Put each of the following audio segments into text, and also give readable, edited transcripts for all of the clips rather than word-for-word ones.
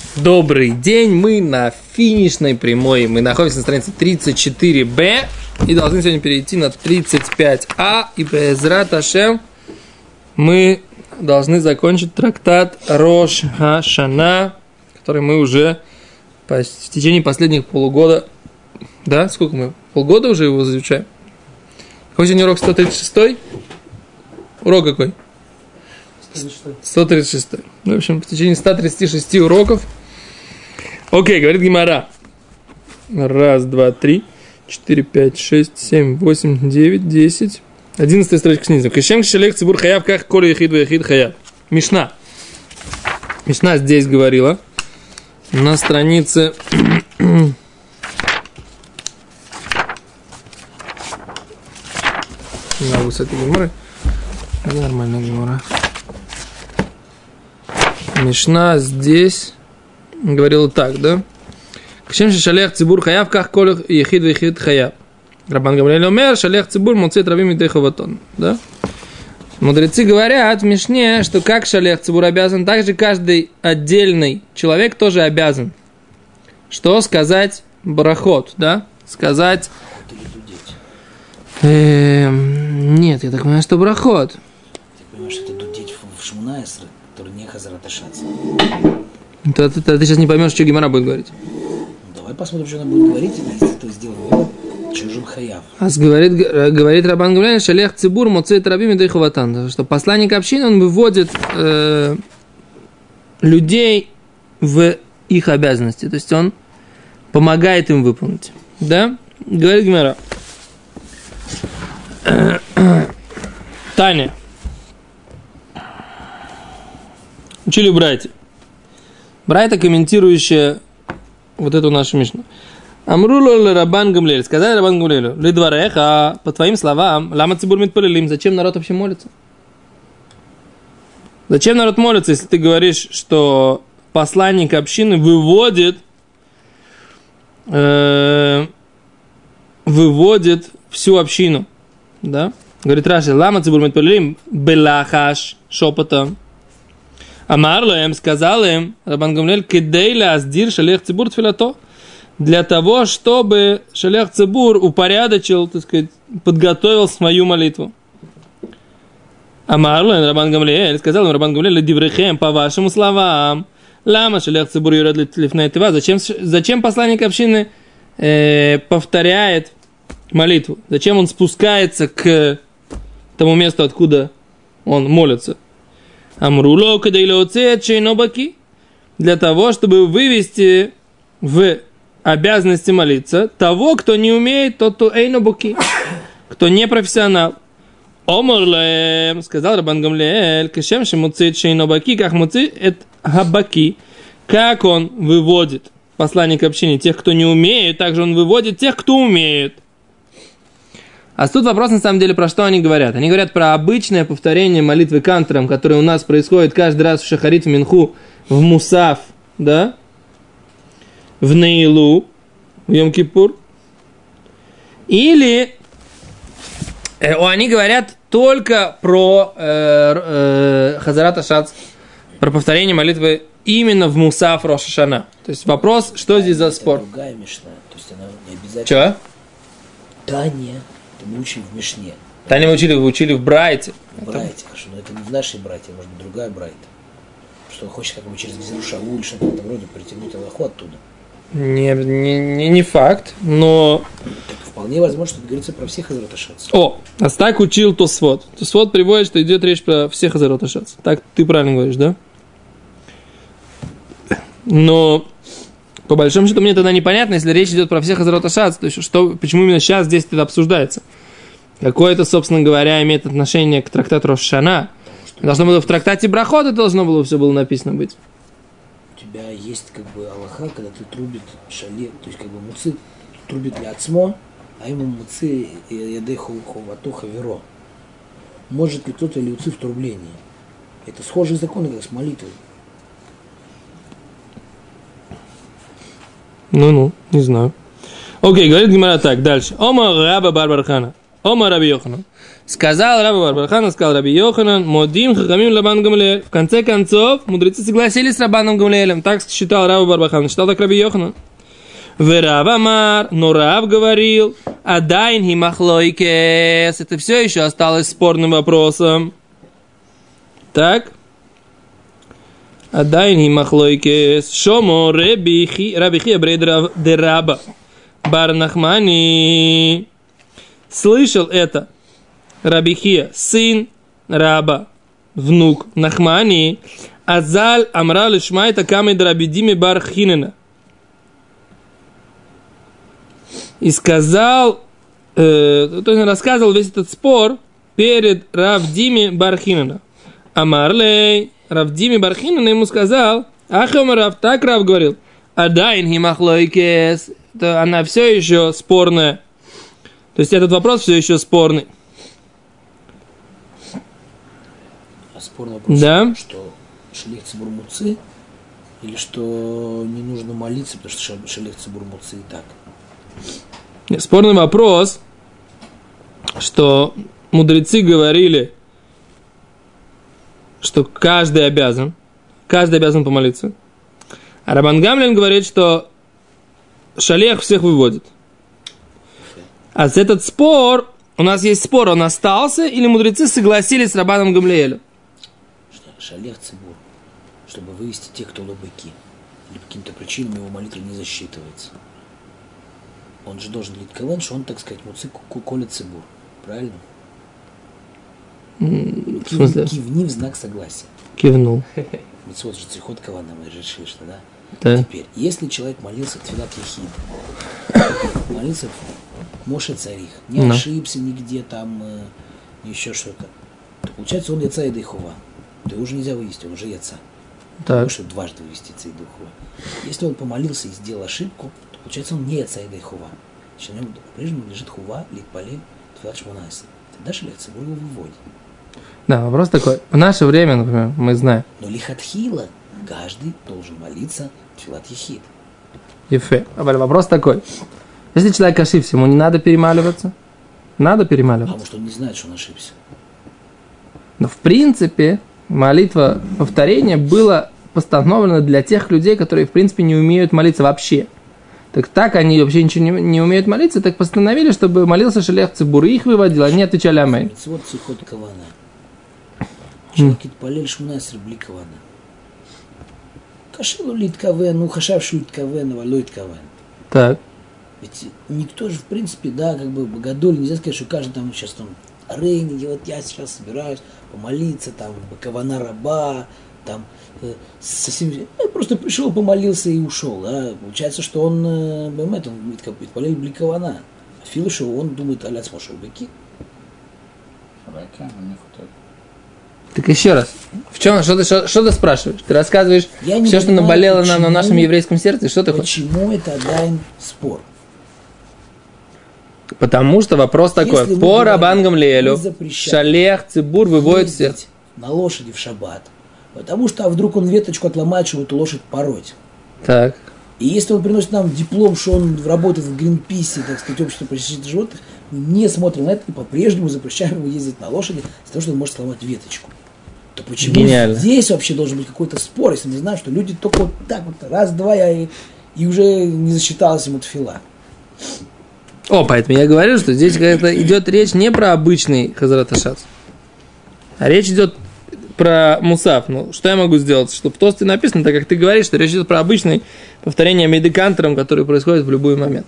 Добрый день, мы на финишной прямой, мы находимся на странице 34b и должны сегодня перейти на 35а, и Бе'эзрат Ашем мы должны закончить трактат Рош ха-Шана, который мы уже в течение последних полугода, да, сколько мы, полгода уже его изучаем. Какой сегодня урок, 136-й? Урок какой? 136. В общем, в течение 136 уроков. Окей, говорит Гемара. 1, 2, 3, 4, 5, 6, 7, 8, 9, 10. 11 строчка снизу. Кешем шелех цибур хаяв, как коли яхид ваяхид хаяв. Мишна. Мишна здесь говорила. На странице... На высоте Гемары. Нормальная Гемара. Мишна здесь говорила так, да? Кшем шалех цибур хаяв, как коль яхид вяхид хаяв. Рабан Гамлиэль омер, шалех цибур муцит рабим мидей хаватон. Да? Мудрецы говорят в Мишне, что как шалех цибур обязан, так же каждый отдельный человек тоже обязан. Что сказать брахот, да? Сказать... Нет, я так понимаю, что брахот. Ты понимаешь, что это дудеть в Шмунаэсре, который не Хазарат аш-Шац. Ты сейчас не поймешь, что Гемара будет говорить. Ну, давай посмотрим, что она будет говорить, если ты сделал вывод чужим хаяв. Говорит Рабан Гамлиэль, шалех цибур моцит рабим мидей хаватан, что посланник общины, он выводит людей в их обязанности, то есть он помогает им выполнить. Да? Говорит Гемара. Таня. Учили в Брайте. Брайта, комментирующая вот эту нашу Мишну. Амрулу Рабан Гамлиэль. Сказали Рабан Гамлиэлю. Лидвареха, по твоим словам, лама цибур митпалилим. Зачем народ вообще молится? Зачем народ молится, если ты говоришь, что посланник общины выводит всю общину? Да? Говорит Раши, лама цибур митпалилим белахаш, шепотом. Амарлаем, сказал им, Рабан Гамлиэль, кидейля аздир шалех цибур тфилато, для того, чтобы шалех цибур упорядочил, так сказать, подготовил свою молитву. Амарлаем, Рабан Гамлиэль, сказал им, Рабан Гамлиэль, диврехем, по вашим словам, лама шалех цибур юред лифней тива, зачем посланник общины повторяет молитву? Зачем он спускается к тому месту, откуда он молится? Амруло кадейлоцет чейнобаки, для того, чтобы вывести в обязанности молиться того, кто не умеет, тот, кто эйнобаки, кто не профессионал. Омарлаем, сказал Рабан Гамлиэль, кешем шемуцит чейнобаки, как муцит эт хабаки, как он выводит посланник общины тех, кто не умеет, также он выводит тех, кто умеет. А тут вопрос, на самом деле, про что они говорят. Они говорят про обычное повторение молитвы кантором, которое у нас происходит каждый раз в Шахарит, в Минху, в Мусав, да? В Неилу, в Йом-Кипур. Или они говорят только про Хазарат аш-Шац, про повторение молитвы именно в Мусав Рош ха-Шана. То есть вопрос, что здесь за спор? Это другая Мишна, то есть она не обязательно... Чего? Таня. Мы учили в Мишне. Таня мы учили в Брайте. В Брайте, хорошо, но это не в нашей Брайте, может быть, другая Брайта. Что он хочет как бы через Гзерушаву или что-то в этом роде притянуть Аллаху оттуда. Не факт, но... Так вполне возможно, что это говорится про всех Хазарот аш-Шац. О, а так учил Тосфот. Тосфот приводит, что идет речь про всех Хазарот аш-Шац. Так ты правильно говоришь, да? Но... По большому счету, мне тогда непонятно, если речь идет про всех Хазарот аш-Шац, то есть почему именно сейчас здесь это обсуждается? Какое это, собственно говоря, имеет отношение к трактату Рош ха-Шана? Должно было в трактате Брахот, это должно было все было написано быть. У тебя есть как бы Аллаха, когда ты трубит шале, то есть как бы муци трубит ли ацмо, а ему муци ядеху ховатоха веро. Может ли кто-то ли уци в трублении? Это схожие законы, как с молитвой. Ну, не знаю. Окей, говорит Гемара так, дальше. Ома раба бар Бар Хана. Ома раби Йоханан. Сказал Раби Бар-Хан, сказал Раби Йоханан, модим хахамим Рабан Гамлиэль. В конце концов, мудрецы согласились с Рабаном Гамлиэлем. Так считал Раби Бар-Хан, считал так Раби Йоханан. Верав Амар, но Рав говорил, адайн хи махлойкес. Это все еще осталось спорным вопросом. Так. Адайн хи махлойкес. Шомо рабихи абрейд де Раба Бар Нахмани. Слышал это Рабихия, сын Раба, внук Нахмани, Азаль Амра Лишмайта Камед Рабидими Бар Хинена. И сказал, то есть рассказывал весь этот спор перед Равдими Бар Хинена. Амарлей, Равдими Бар Хинена ему сказал, Ахамарав, так Рав говорил, Адайн химахлойкес, она все еще спорная. То есть этот вопрос все еще спорный. А спорный вопрос, да? Что шелех цибур муци, или что не нужно молиться, потому что шелех цибур муци и так? Нет, спорный вопрос, что мудрецы говорили, что каждый обязан помолиться. А Рабан Гамлиэль говорит, что шалех всех выводит. А этот спор, у нас есть спор, он остался, или мудрецы согласились с Рабаном Гамлиэлем? Шалех цибур, чтобы вывести тех, кто лобыки. Или по каким-то причинам его молитва не засчитывается. Он же должен лить кавен, что он, так сказать, муци колет цибур. Правильно? В смысле? Кивни в знак согласия. Кивнул. Митцвот же цихот кавана, мы же решили, что да? Да. Теперь, если человек молился тфилат яхид, молился Моше Царих, не ошибся нигде там, еще что-то, то получается он яца и дейхува. То его уже нельзя вывести, он уже яца. Так. Может дважды вывести яца и дейхува. Если он помолился и сделал ошибку, то получается он не яца и дейхува. Значит, на нем по-прежнему лежит хува, литпалим, тфилат шмонайса. Тогда шелех цибур его выводит. Да, вопрос такой. В наше время, например, мы знаем. Но лихатхила каждый должен молиться тфилат яхид. Ефе. Вопрос такой. Если человек ошибся, ему не надо перемаливаться? Надо перемаливаться. А может он не знает, что он ошибся? Но в принципе молитва повторения была постановлена для тех людей, которые в принципе не умеют молиться вообще. Так они вообще ничего не умеют молиться, так постановили, чтобы молился шелех цибур, и их выводил, они отвечали аминь. Митцвот цихот кавана. Человек палель шмунайсер бли кавана. Кашелу лит кавен, ну хашавшу лит кавен, валоит кавен. Так. Ведь никто же, в принципе, да, как бы богодоль, нельзя сказать, что каждый там сейчас там рейни, вот я сейчас собираюсь помолиться, там, кавана раба, там, совсем, просто пришел, помолился и ушел, да. Получается, что он, он палель бли кавана. А филушу, он думает, аля смошел быки. Так еще раз, в чем, что ты спрашиваешь? Ты рассказываешь все, что наболело нам на нашем еврейском сердце, что ты хочешь? Почему это дайн спор? Потому что вопрос такой, по Рабан Гамлиэлю шалех цибур выводит всех. На лошади в шаббат, потому что вдруг он веточку отломает, чтобы эту лошадь пороть. Так. И если он приносит нам диплом, что он работает в Гринписе, так сказать, общество по защите животных, мы не смотрим на это и по-прежнему запрещаем ему ездить на лошади из-за того, что он может сломать веточку. То почему Гениально. Здесь вообще должен быть какой-то спор, если мы знаем, что люди только вот так вот раз-два и уже не засчиталась ему тфила. Поэтому я говорю, что здесь идет речь не про обычный Хазрат Ашац, а речь идет про мусав. Ну, что я могу сделать? Что в тосте написано, так как ты говоришь, что речь идет про обычное повторение медикантером, который происходит в любой момент.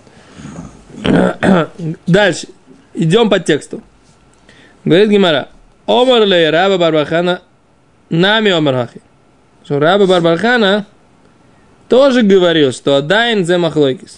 Дальше. Идем по тексту. Говорит Гемара. Омар лей раба Бар-Бар-Хана нами омархахи. Что раба Бар-Бар-Хана тоже говорил, что адайн зе махлойкис.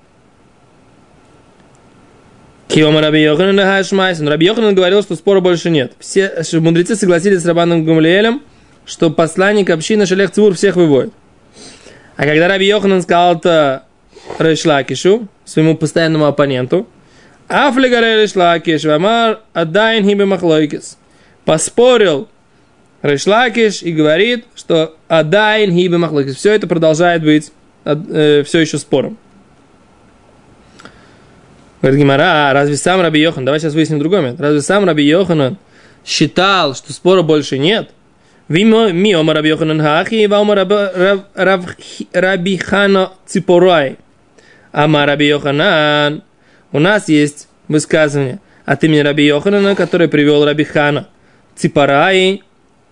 Киома Раби Йоханан лахашмайс. Но Раби Йоханан говорил, что спора больше нет. Все мудрецы согласились с Рабаном Гамлиэлем, что посланник общины шалех цибур всех выводит. А когда Раби Йоханан сказал это Рейш Лакишу, своему постоянному оппоненту, Афлига Рейш Лакиш, Вамар адайн хибе махлойкис. Поспорил Рейш Лакиш и говорит, что адайн хибе махлойкис. Все это продолжает быть все еще спором. Говорит Гемара, разве сам Раби Йохан, давай сейчас выясним другой момент, разве сам Раби Йохан считал, что спора больше нет? Ми омар Раби Йоханан хахи, ва омар Раби Хана ципорай. Ама Раби Йоханан. У нас есть высказывание от имени Раби Йоханана, которое привел Раби Хана ципорай.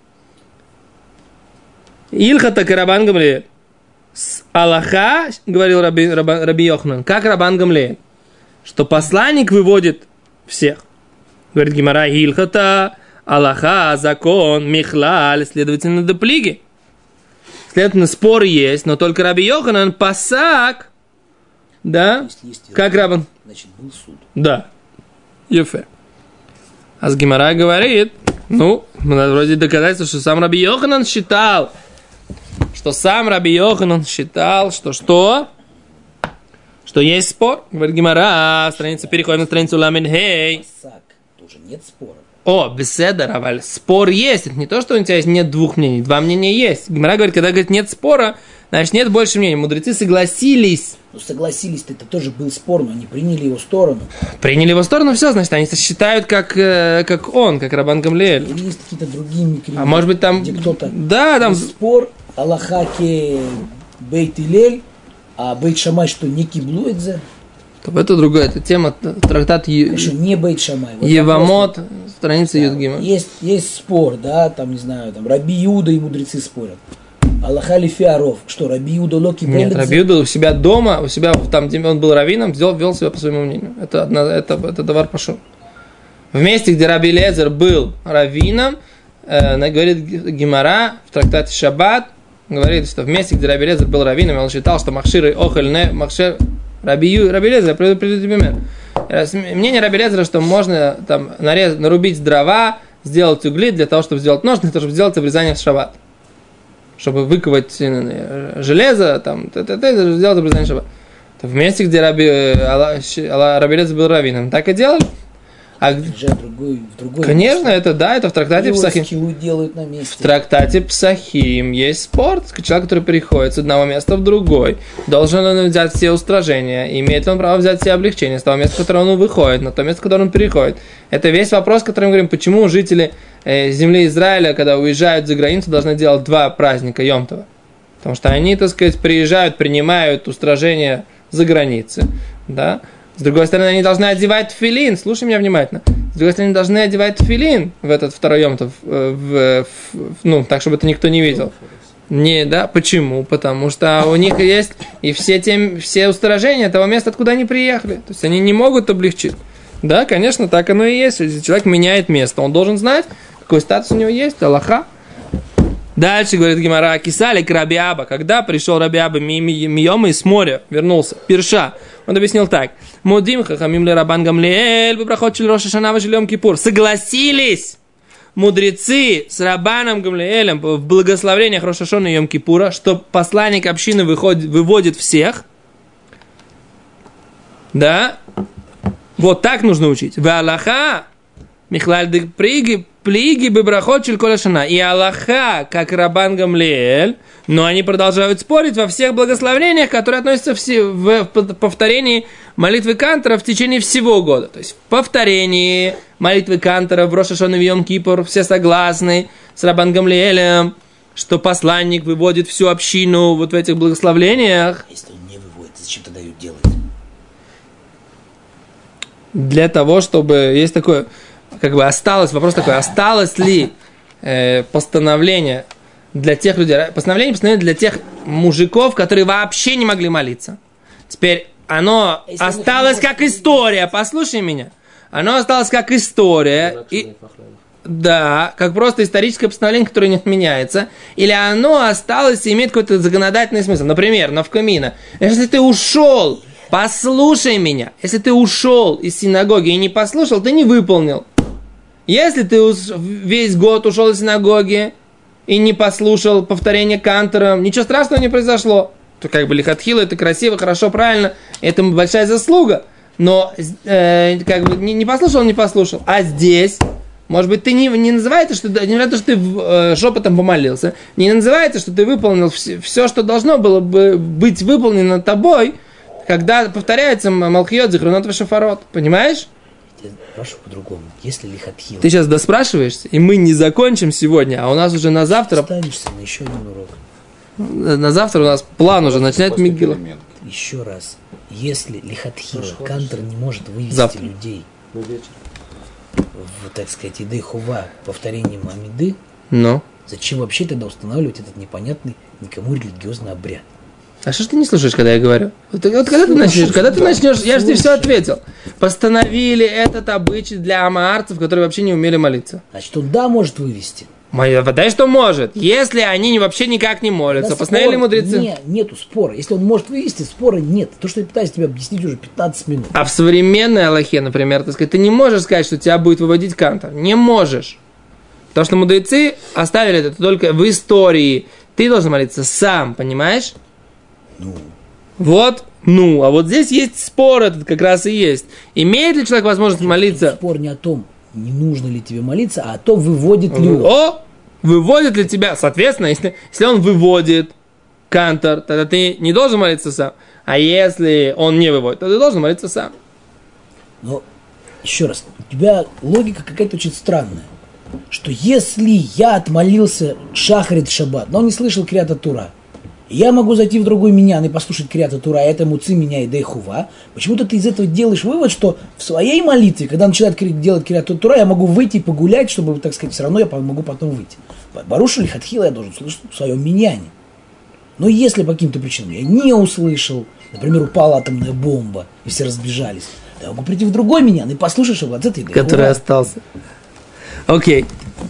Ильхата карабан Гамлиэль. С Аллаха, говорил Раби Йоханан, как Рабан Гамлиэль, что посланник выводит всех. Говорит Гемара, Ильхата, Аллаха, закон, Михлаль, следовательно, до плиги. Следовательно, спор есть, но только Раби Йоханан пасак, да, как Рабан. Значит, был суд. Да, Ефе. А с Гемара говорит, ну, вроде доказательство, что сам Раби Йоханан считал, что есть спор. Говорит Гемара, переходим на страницу Ламин Хей. Пасак, тоже нет спора. О, беседа, Раваль, спор есть. Это не то, что у тебя нет двух мнений, два мнения есть. Гемара говорит, когда говорит нет спора, значит нет больше мнений. Мудрецы согласились. Ну согласились-то, это тоже был спор, но они приняли его сторону. Приняли его сторону, все, значит, они считают как он, как Рабан Гамлиэль. Или есть какие-то другие микрофоны, А может быть там... где кто-то... Да, там... Спор, Аллаха ке Бейт Илель, а Бейт Шамай, что не киблуэдзе. Это другое, это тема, трактат Хорошо, не Бейт Шамай. Вот Евамот, страница Юдгима. Есть спор, да, там, не знаю, там Раби Юда и мудрецы спорят. Аллаха ли фиаров, что Раби Юда локи Бейт. Нет, Раби Юда у себя дома, у себя там, где он был раввином, вел себя по своему мнению. Это давар пошел. В месте, где Раби Элиэзер был раввином, говорит Гемара в трактате Шаббат, говорит, что в месте, где Раби Элиэзер был раввином, он считал, что махшир и охель не махшир Раби Элиэзер, я приведу тебе пример. Мнение Раби Элиэзера, что можно там нарубить дрова, сделать угли для того, чтобы сделать нож, для того, чтобы сделать обрезание в шаббат. Чтобы выковать железо, там, сделать обрезание в шаббат. В месте, где Раби Элиэзер был раввином, так и делали. А другой конечно, месте. Это в трактате Псахим. Делают на месте. В трактате Псахим есть спор. Человек, который переходит с одного места в другой, должен он взять все устражения, имеет ли он право взять все облегчения с того места, в которое он выходит, на то место, в которое он переходит. Это весь вопрос, который мы говорим, почему жители земли Израиля, когда уезжают за границу, должны делать два праздника Йом-Това. Потому что они, так сказать, приезжают, принимают устражения за границей, да. С другой стороны, они должны одевать тфилин. Слушай меня внимательно. С другой стороны, они должны одевать тфилин в этот второй Йом-Тов, так, чтобы это никто не видел. Не, да, почему? Потому что у них есть и все устражения того места, откуда они приехали. То есть они не могут облегчить. Да, конечно, так оно и есть. Если человек меняет место, он должен знать, какой статус у него есть, аллаха. Дальше, говорит Гемара, кисали к Раби Аба. Когда пришел Раби Аба Миома из моря, вернулся, пирша, он объяснил так. Мудим хахамим ле Рабан Гамлиэль, бебрахот шель Рош ха-Шана ва шель Йом Кипур. Согласились мудрецы с Рабаном Гамлиэлем в благословениях Рош ха-Шана и Йом Кипура, что посланник общины выводит всех. Да? Вот так нужно учить. Ва Аллаха Михлаль де плиги бебрахот шель коль ха-Шана. И Аллаха, как Рабан Гамлиэль, но они продолжают спорить во всех благословениях, которые относятся в повторении молитвы Кантора в течение всего года. То есть в повторении молитвы Кантора в Рош ха-Шана и в Йом Кипур все согласны с Рабан Гамлиэлем, что посланник выводит всю общину вот в этих благословениях. Если он не выводит, зачем тогда ее делать? Для того, чтобы... Есть такое... вопрос такой, осталось ли постановление для тех людей, постановление для тех мужиков, которые вообще не могли молиться. Теперь оно осталось как история, послушай меня. Оно осталось как история, да, как просто историческое постановление, которое не отменяется, или оно осталось и имеет какой-то законодательный смысл. Например, навкамина. Если ты ушел, послушай меня, если ты ушел из синагоги и не послушал, ты не выполнил. Если ты весь год ушел из синагоги и не послушал повторение Кантора, ничего страшного не произошло. То лихатхила, это красиво, хорошо, правильно, это большая заслуга. Но не послушал. А здесь, может быть, ты не называется, что ты шепотом помолился, не называется, что ты выполнил все, что должно было бы быть выполнено тобой. когда повторяется Малхиот, Зихронот и Шафарот. Понимаешь? Я спрашиваю по-другому. Если лихатхила... Ты сейчас доспрашиваешься, и мы не закончим сегодня, а у нас уже на завтра... Останешься на еще один урок. На завтра у нас план уже начинает Мигила. Еще раз. Если лихатхила, Кантор не может вывести людей в, так сказать, идей хува повторением Амиды, Но. зачем вообще тогда устанавливать этот непонятный никому религиозный обряд? А что ж ты не слушаешь, когда я говорю? Вот когда ты начнешь, я же тебе все ответил. Постановили этот обычай для амаарцев, которые вообще не умели молиться. Значит, он да может вывести. Вода, что может. Если они вообще никак не молятся, постановили мудрецы. Нету спора. Если он может вывести, спора нет. То, что я пытаюсь тебе объяснить уже 15 минут. А в современной Аллахе, например, так сказать, ты не можешь сказать, что тебя будет выводить Кантор. Не можешь. Потому что мудрецы оставили это только в истории. Ты должен молиться сам, понимаешь? Вот, а вот здесь есть спор, этот как раз и есть. Имеет ли человек возможность молиться? Спор не о том, не нужно ли тебе молиться, а о том, выводит ли он. Выводит ли тебя? Соответственно, если он выводит Кантор, тогда ты не должен молиться сам. А если он не выводит, то ты должен молиться сам. Но, еще раз, у тебя логика какая-то очень странная. Что если я отмолился Шахрит Шаббат, но не слышал Криата Тура, я могу зайти в другой миньян и послушать Криата Тура, а это муци меня и дейхува. Почему-то ты из этого делаешь вывод, что в своей молитве, когда начинает делать Криата Тура, я могу выйти и погулять, чтобы, так сказать, все равно я могу потом выйти. Барушу лихатхила я должен слышать в своем миньяне. Но если по каким-то причинам я не услышал, например, упала атомная бомба, и все разбежались, то я могу прийти в другой миньян и послушать Шаббат, это и дейхува. Который остался. Окей.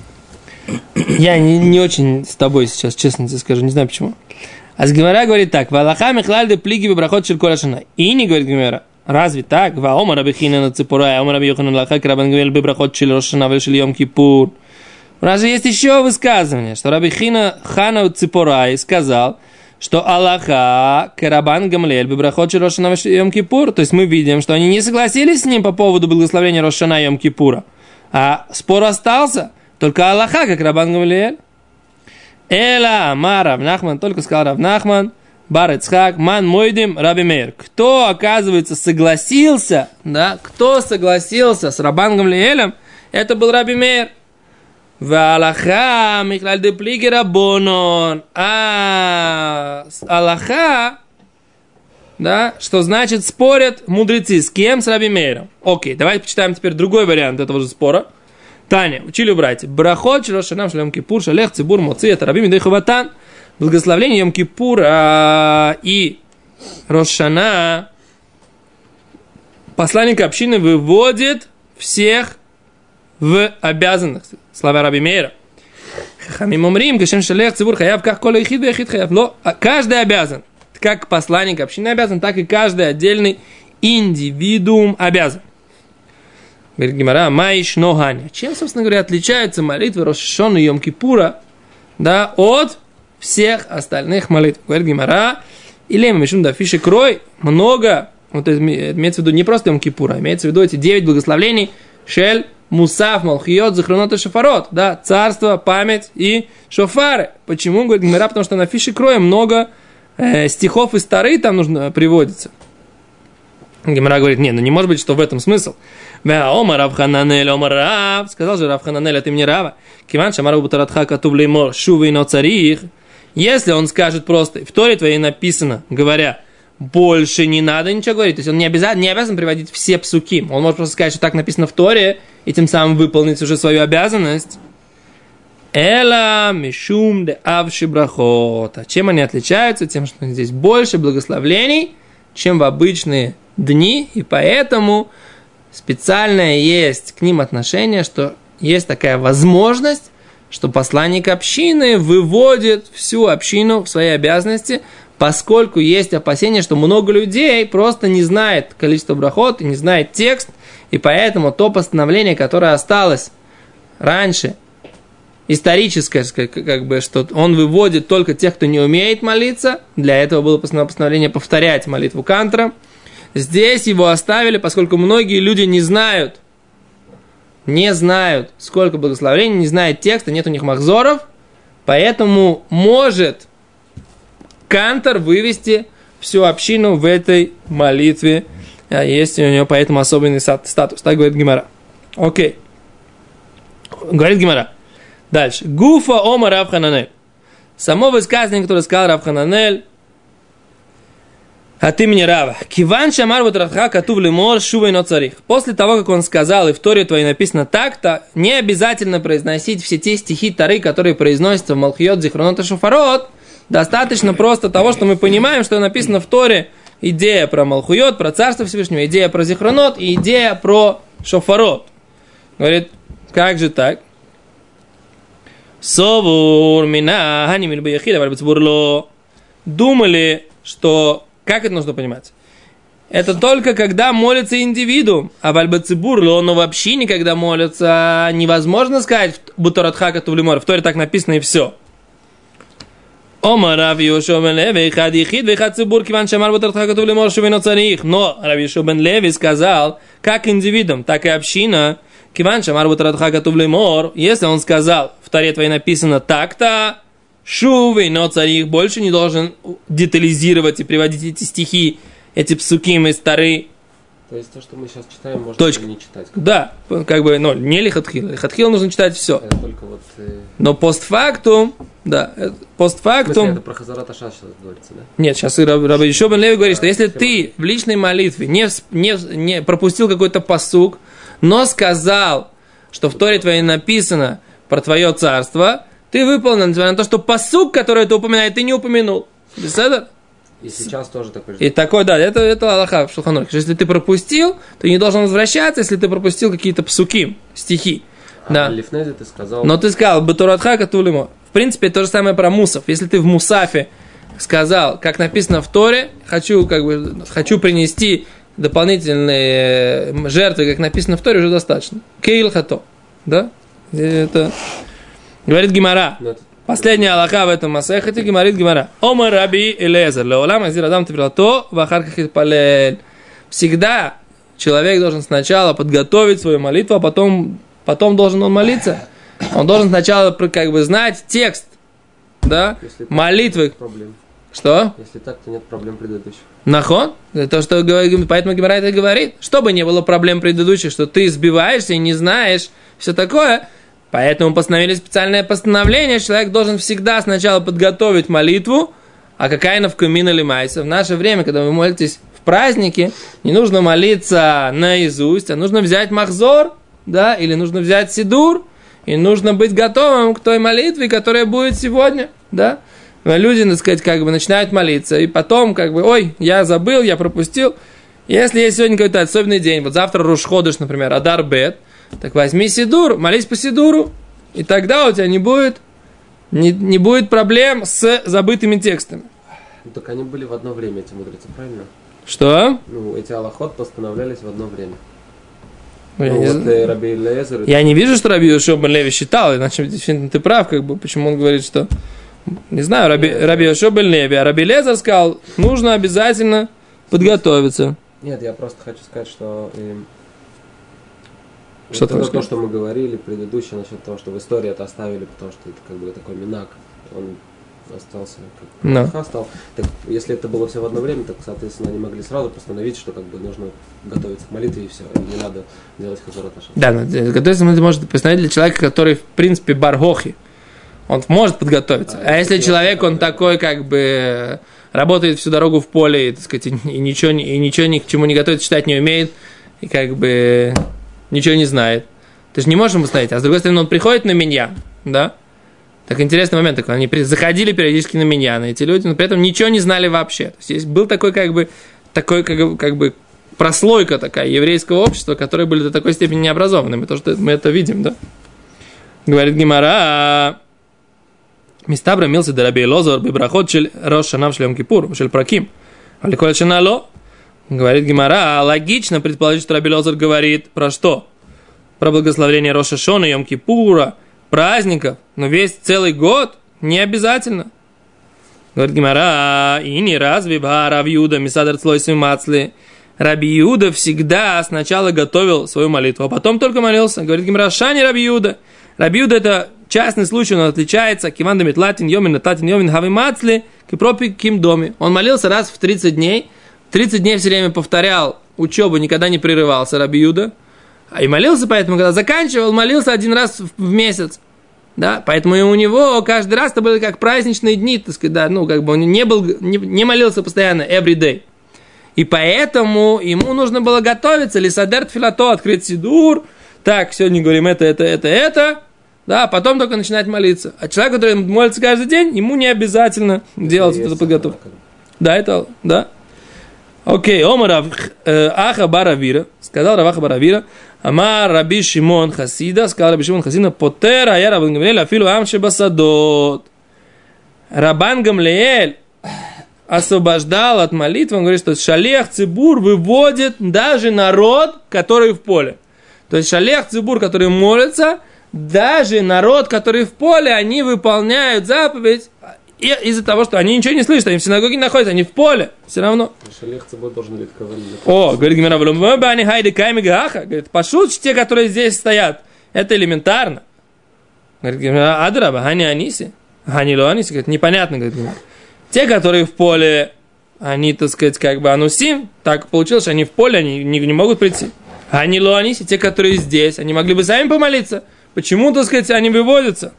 Я не очень с тобой сейчас, честно тебе скажу, не знаю почему. А с Гемара говорит так: «Валаха михлальды плиги бебрахот шельколя шана». И не говорит Гемара. Разве так? «Ваома раби хина на ципурай, аома раби йоханан лаха крабан гавель бебрахот шел шана вел шел йом кипур». Разве есть еще высказывание, что раби хина хана ципурай сказал, что Аллаха карабан гамлель бебрахот шел шана вел шел йом кипур. То есть мы видим, что они не согласились с ним по поводу благословения Рош Шана йом кипура. А спор остался. Только Аллаха, как Рабан Гамлиэль. Эла Амар Рав Нахман, только сказал Рав Нахман, Бар Ицхак, Ман Мойдим Раби Мейр. Кто, оказывается, согласился, да, кто согласился с Рабан Гамлиэлем, это был Раби Мейр. Аллаха Михлаль де Плиги Рабонон. Аллаха, да, что значит спорят мудрецы. С кем? С Раби Мейром. Окей, давайте почитаем теперь другой вариант этого же спора. Таня, учили братья. Брахот, Шелош Шана, Шелем Кипур, Шалех, Цибур, Моци, это Раби Мидей Хаватан. Благословление Йом Кипура и Рош Шана. Посланник общины выводит всех в обязанных. Слова Раби Мейра. Хамим умрим, Кашем Шалех, Цибур, Хаяв, как Кола Ихид, Яхид, Хаяв. Но каждый обязан. Как посланник общины обязан, так и каждый отдельный индивидуум обязан. Говорит Гемара, Майш Ноганя. Чем, собственно говоря, отличаются молитвы Рош Шана и Йом Кипура, да, от всех остальных молитв? Говорит Гемара, или Мишум да фиши крой, много, вот имеется в виду не просто Йом Кипура, имеется в виду эти 9 благословлений, Шель, Мусав, Малхиот, Захронот и Шафарот, да, царство, память и шофары. Почему? Говорит Гемара, потому что на фиши кроя много стихов из Торы там нужно приводится. Гемара говорит, нет, не может быть, что в этом смысл. Омар Рав Хананель, Омар Рав, сказал же Рав Хананель от имени Рава, Киван Шамару Бутаратха Катуб Леймор Шувы но царих. Если он скажет просто, в Торе твоей написано, говоря, больше не надо ничего говорить, то есть он не обязан приводить все псуки. Он может просто сказать, что так написано в Торе, и тем самым выполнить уже свою обязанность. Эла мишум де авши брахота. Чем они отличаются? Тем, что здесь больше благословлений, чем в обычные дни, и поэтому специальное есть к ним отношение, что есть такая возможность, что посланник общины выводит всю общину в свои обязанности, поскольку есть опасение, что много людей просто не знает количество брахот и не знает текст, и поэтому то постановление, которое осталось раньше, историческое, как бы, что он выводит только тех, кто не умеет молиться, для этого было постановление повторять молитву Кантора. Здесь его оставили, поскольку многие люди не знают, сколько благословений, не знают текста, нет у них махзоров, поэтому может Кантор вывести всю общину в этой молитве. Есть у него поэтому особенный статус. Так говорит Гемара. Окей. Говорит Гемара. Дальше. Гуфа ома Рав Хананель. Само высказывание, которое сказал Рав Хананель от имени Рава. Киван шамар ватратха катув лемор шувей но царих. После того, как он сказал, и в Торе твоей написано так-то, не обязательно произносить все те стихи Торы, которые произносятся в Малхиот, Зихронот и Шофарот. Достаточно просто того, что мы понимаем, что написано в Торе идея про Малхиот, про Царство Всевышнего, идея про Зихронот и идея про Шофарот. Говорит, как же так? Совур мина ханимиль бияхида вальбацбурло. Думали, что... Как это нужно понимать? Это только когда молится индивидуум. А вальбацбурло, но вообще никогда молится. Невозможно сказать бутаратха катувлимор. В Торе так написано и все. Омар Рав Йошуа бен Леви хад ехид вехад цибур киван шамар бутаратха катувлимор шувейно царих. Но Рав Йошуа бен Леви сказал, как индивидуум, так и община, киван шамар бутаратха катувлимор, если он сказал, в Торе твоей написано так-то, шувей, но царих больше не должен детализировать и приводить эти стихи, эти псуким из Торы. То есть то, что мы сейчас читаем, можно не читать. Да, как бы, ну, не лихатхил. Лихатхил нужно читать все. Это только вот... Но постфактум, да, постфактум... В смысле, это про Хазарат Ашаш сейчас говорится, да? Нет, сейчас Раби Йошуа бен Леви говорит, что если ты в личной молитве не пропустил какой-то пасук, но сказал, что в Торе твоей написано про твое царство, ты выполнил, несмотря на то, что пасук, который это упоминает, ты не упомянул. Беседа? И сейчас тоже такой же. И такой, да, это алаха в Шулхан Арух. Если ты пропустил, ты не должен возвращаться, если ты пропустил какие-то псуки, стихи. Да. Лифнези ты сказал... Но ты сказал, бетуратха катулимо. В принципе, то же самое про мусав. Если ты в мусафе сказал, как написано в Торе, хочу принести дополнительные жертвы, как написано в Торе, уже достаточно. Кейл хато. Да? Это... Говорит Гемара. Последняя алаха в этом масехете, говорит Гемара. Омар Раби Элиэзер, леолам азир адам тефилато, вахарках итпалель. Всегда человек должен сначала подготовить свою молитву, а потом должен он молиться. Он должен сначала как бы знать текст, да, молитвы. Что? Если так, то нет проблем предыдущих. Нахон? То, что поэтому Гемара это говорит. Чтобы не было проблем предыдущих, что ты сбиваешься и не знаешь, все такое. Поэтому постановили специальное постановление, человек должен всегда сначала подготовить молитву, а какая навкамина лимайса. В наше время, когда вы молитесь в празднике, не нужно молиться наизусть, а нужно взять махзор, да, или нужно взять сидур, и нужно быть готовым к той молитве, которая будет сегодня, да. Люди, так сказать, как бы начинают молиться, и потом, как бы, ой, я забыл, я пропустил. Если есть сегодня какой-то особенный день, вот завтра Рош ходеш, например, Адар Бет, так возьми сидур, молись по сидуру, и тогда у тебя не будет проблем с забытыми текстами. Ну, так они были в одно время, эти мудрецы, правильно? Что? Ну, эти алахот постановлялись в одно время. Раби Элиэзер... Я не вижу, что Раби Йошуа бен Леви считал, иначе действительно ты прав, как бы, почему он говорит, что... Не знаю, Раби Йошуа бен Леви, а Раби Элиэзер сказал, нужно обязательно подготовиться. Нет, я просто хочу сказать, что... Что это то, что мы говорили предыдущее насчет того, что в истории это оставили, потому что это как бы такой минак, он остался как алаха стал. Так если это было все в одно время, так, соответственно, они могли сразу постановить, что как бы нужно готовиться к молитве и все, и не надо делать хазарат ашаш. Да, готовиться ты можешь постановить для человека, который, в принципе, баргохи. Он может подготовиться. А если человек, он такой, как бы, работает всю дорогу в поле, и, так сказать, и ничего ни к чему не готовится, читать не умеет, и как бы... Ничего не знает. Ты же не можешь ему поставить. А с другой стороны, он приходит на миньян, да? Так интересный момент такой. Они заходили периодически на миньян, эти люди, но при этом ничего не знали вообще. То есть был такой как бы прослойка такая еврейского общества, которые были до такой степени необразованы. Мы это видим, да? Говорит Гемара. Мистабра мился до Раби Элиэзер бибрахот шель рош шана шлем кипур шель праким. Аликоль шана ло. Говорит Гемара, логично предположить, что Раби Элиэзер говорит про что? Про благословение Рош ха-Шана, Йом-Кипура, праздников, но весь целый год не обязательно. Говорит Гемара, и не разве Раби Юда мисадар цлой мацли. Раби Юда всегда сначала готовил свою молитву, а потом только молился. Говорит Гемара, шани Раби Юда. Раби Юда это частный случай, он отличается. Киван дамит латин йомин, нататин йомин, хави мацли, кипропи ким доме. Он молился раз в 30 дней. 30 дней все время повторял учебу, никогда не прерывался, Раби Юда. И молился поэтому, когда заканчивал, молился один раз в месяц. Да, поэтому у него каждый раз это были как праздничные дни, так сказать, да, ну, как бы он не молился постоянно, every day. И поэтому ему нужно было готовиться, лисадер тфилато, открыть сидур, так, сегодня говорим это, да, потом только начинать молиться. А человек, который молится каждый день, ему не обязательно делать эту подготовку. Да, это, да. Окей, Омар Аха Баравира, сказал Раваха Баравира, Амар Раби Шимон Хасида, сказал Раби Шимон Хасида, Потер ая Рабан Гамлиэль афилу амше басадот. Рабан Гамлиэль освобождал от молитвы, он говорит, что шалех цибур выводит даже народ, который в поле. То есть шалех цибур, который молится, даже народ, который в поле, они выполняют заповедь, и из-за того, что они ничего не слышат, они в синагоге находятся, они в поле, все равно. Шалех цибур должен быть ковен. О, говорит Гемара, говорит, пошут те, которые здесь стоят, это элементарно. Говорит Гемара, адраба, хани аниси, хани ло аниси, говорит, непонятно, говорит Гемара. Те, которые в поле, они, так сказать, как бы анусим, так получилось, что они в поле, они не могут прийти. А они лоаниси, те, которые здесь, они могли бы сами помолиться. Почему, так сказать, они выводятся?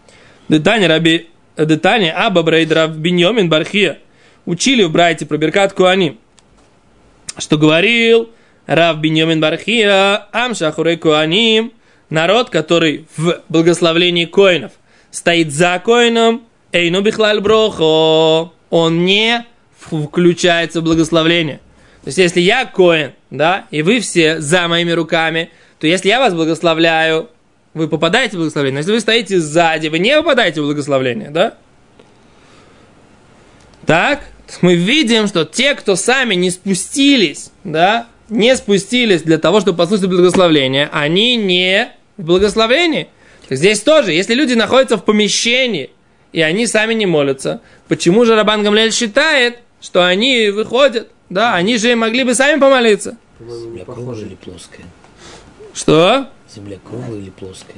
Детане Аба Брейд Рав Биньомин Бархия учили в Брайте про Беркат Куаним, что говорил Рав Биньомин Бархия Амшахурей Куаним, народ, который в благословении коинов стоит за коином, Эйну бихлаль брохо, он не включается в благословление. То есть, если я коэн, да, и вы все за моими руками, то если я вас благословляю, вы попадаете в благословение. Но если вы стоите сзади, вы не попадаете в благословение, да? Так, мы видим, что те, кто сами не спустились, да, не спустились для того, чтобы послушать благословение, они не в благословении. Здесь тоже, если люди находятся в помещении, и они сами не молятся, почему же Рабан Гамлиэль считает, что они выходят? Да, они же могли бы сами помолиться. Земля круглая или плоская? Что? Земля круглая или плоская?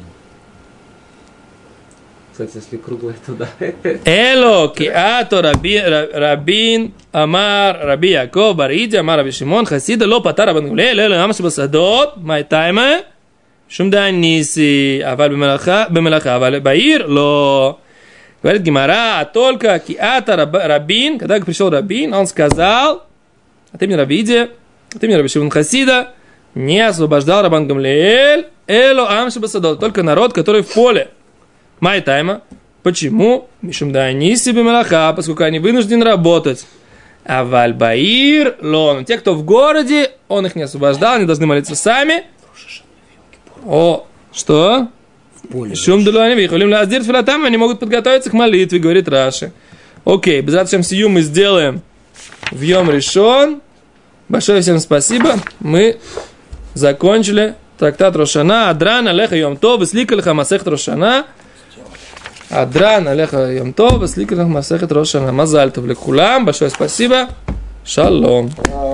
Кстати, если круглая, то да. Эло киато рабин амар раби Яков бариди амар раби Шимон хасида ло патар Рабан Гамлиэль эло ямаш басадот май тайма шум дан ниси аваль бемелаха аваль баир ло. Говорит Гемара, только киата рабин, когда пришел рабин, он сказал, от имени Равиди, от имени Раби Шимон Хасида, не освобождал Рабан Гамлиэль, эло амши басадот, только народ, который в поле. Май тайма. Почему? Мишум да они себе мелаха, поскольку они вынуждены работать. А вальбаир лон. Те, кто в городе, он их не освобождал, они должны молиться сами. О, что? Шум дулани вихолим лаздир филатам, они могут подготовиться к молитве, говорит Раши. Окей, без этого сию мы сделаем в Йом Ришон. Большое всем спасибо. Мы закончили трактат Рошана. Адран алеха Йом Тов, слика леха масехет Рошана. Адран алеха Йом Тов, слика леха масехет Рошана. Мазаль тов лекулам. Большое спасибо. Шалом.